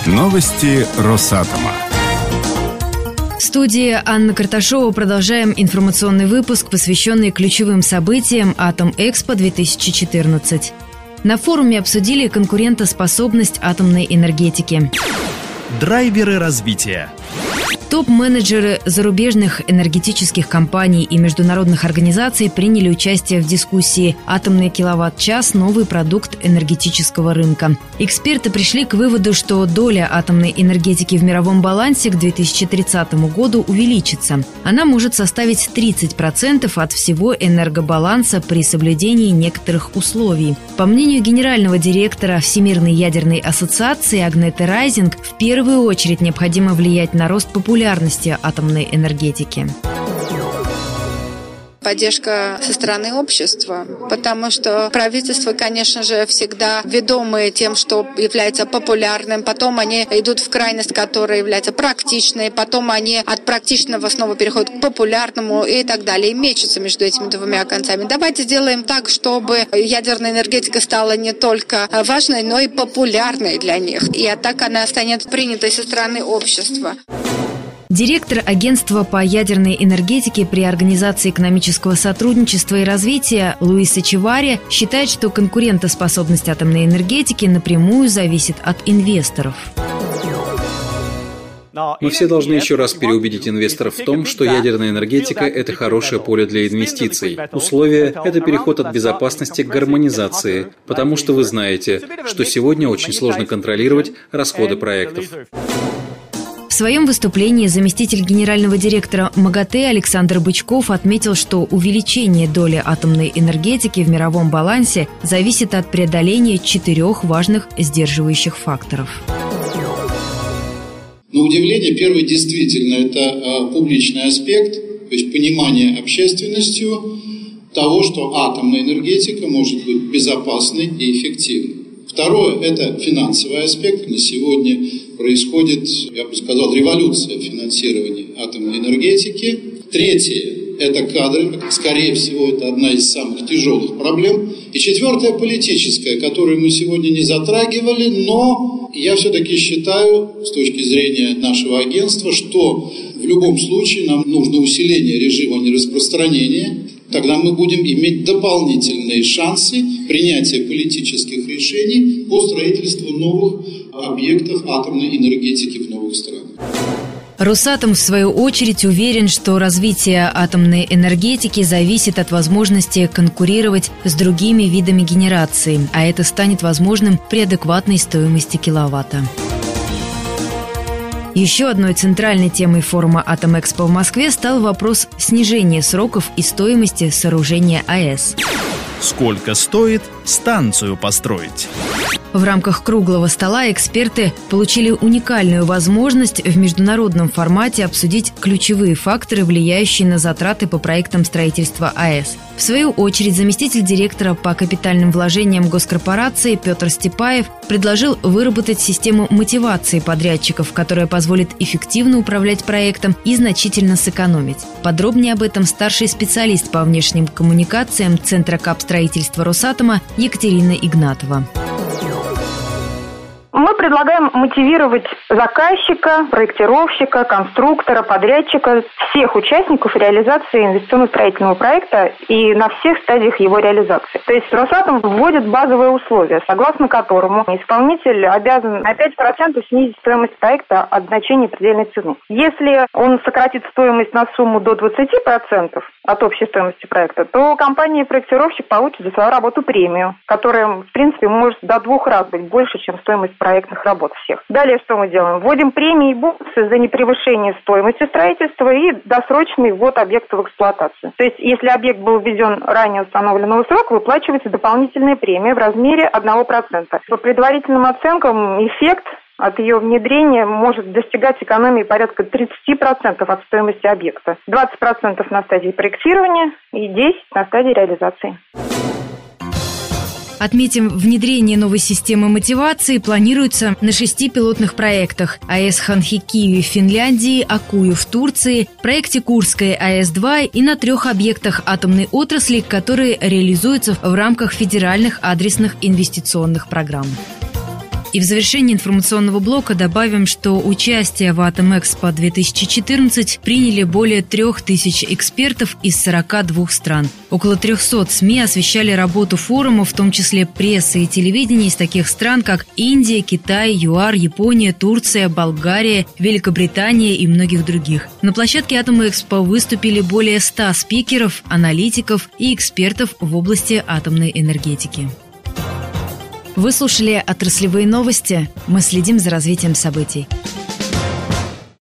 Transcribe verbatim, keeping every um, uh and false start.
Новости Росатома. В студии Анна Карташова продолжаем информационный выпуск, посвященный ключевым событиям «Атом-Экспо-две тысячи четырнадцать». На форуме обсудили конкурентоспособность атомной энергетики. Драйверы развития. Топ-менеджеры зарубежных энергетических компаний и международных организаций приняли участие в дискуссии «Атомный киловатт-час – новый продукт энергетического рынка». Эксперты пришли к выводу, что доля атомной энергетики в мировом балансе к две тысячи тридцатому году увеличится. Она может составить тридцать процентов от всего энергобаланса при соблюдении некоторых условий. По мнению генерального директора Всемирной ядерной ассоциации Агнеты Райзинг, в первую очередь необходимо влиять на рост популярности популярности атомной энергетики. Поддержка со стороны общества, потому что правительство, конечно же, всегда ведомые тем, что является популярным, потом они идут в крайность, которая является практичной, потом они от практичного снова переходят к популярному и так далее, и мечутся между этими двумя концами. Давайте сделаем так, чтобы ядерная энергетика стала не только важной, но и популярной для них, и так она станет принятой со стороны общества. Директор агентства по ядерной энергетике при Организации экономического сотрудничества и развития Луис Эчевария считает, что конкурентоспособность атомной энергетики напрямую зависит от инвесторов. Мы все должны еще раз переубедить инвесторов в том, что ядерная энергетика – это хорошее поле для инвестиций. Условие – это переход от безопасности к гармонизации, потому что вы знаете, что сегодня очень сложно контролировать расходы проектов. В своем выступлении заместитель генерального директора МАГАТЭ Александр Бычков отметил, что увеличение доли атомной энергетики в мировом балансе зависит от преодоления четырех важных сдерживающих факторов. На удивление, первый действительно это а, публичный аспект, то есть понимание общественностью того, что атомная энергетика может быть безопасной и эффективной. Второе – это финансовый аспект. На сегодня происходит, я бы сказал, революция в финансировании атомной энергетики. Третье – это кадры. Скорее всего, это одна из самых тяжелых проблем. И четвертое – политическое, которое мы сегодня не затрагивали, но я все-таки считаю, с точки зрения нашего агентства, что в любом случае нам нужно усиление режима нераспространения. Тогда мы будем иметь дополнительные шансы принятия политических решений по строительству новых объектов атомной энергетики в новых странах. Росатом, в свою очередь, уверен, что развитие атомной энергетики зависит от возможности конкурировать с другими видами генерации, а это станет возможным при адекватной стоимости киловатта. Еще одной центральной темой форума «Атом-Экспо» в Москве стал вопрос снижения сроков и стоимости сооружения АЭС. Сколько стоит станцию построить? В рамках круглого стола эксперты получили уникальную возможность в международном формате обсудить ключевые факторы, влияющие на затраты по проектам строительства АЭС. В свою очередь, заместитель директора по капитальным вложениям госкорпорации Петр Степаев предложил выработать систему мотивации подрядчиков, которая позволит эффективно управлять проектом и значительно сэкономить. Подробнее об этом старший специалист по внешним коммуникациям Центра капстроительства Росатома Екатерина Игнатова. Мы предлагаем мотивировать заказчика, проектировщика, конструктора, подрядчика, всех участников реализации инвестиционно-строительного проекта и на всех стадиях его реализации. То есть Росатом вводит базовые условия, согласно которому исполнитель обязан на пять процентов снизить стоимость проекта от значения предельной цены. Если он сократит стоимость на сумму до двадцати процентов от общей стоимости проекта, то компания-проектировщик получит за свою работу премию, которая, в принципе, может до двух раз быть больше, чем стоимость проектных работ всех. Далее что мы делаем? Вводим премии и бонусы за непревышение стоимости строительства и досрочный ввод объекта в эксплуатацию. То есть, если объект был введен ранее установленного срока, выплачивается дополнительная премия в размере одного процента. По предварительным оценкам, эффект от ее внедрения может достигать экономии порядка тридцати процентов от стоимости объекта. двадцать процентов на стадии проектирования и десять процентов на стадии реализации. Отметим, внедрение новой системы мотивации планируется на шести пилотных проектах: АЭС Ханхи-Киви в Финляндии, Акую в Турции, проекте Курской АЭС-два и на трех объектах атомной отрасли, которые реализуются в рамках федеральных адресных инвестиционных программ. И в завершении информационного блока добавим, что участие в Атомэкспо-две тысячи четырнадцать приняли более трех тысяч экспертов из сорока двух стран. Около трехсот СМИ освещали работу форума, в том числе прессы и телевидение из таких стран, как Индия, Китай, ЮАР, Япония, Турция, Болгария, Великобритания и многих других. На площадке Атомэкспо выступили более ста спикеров, аналитиков и экспертов в области атомной энергетики. Вы слушали отраслевые новости. Мы следим за развитием событий.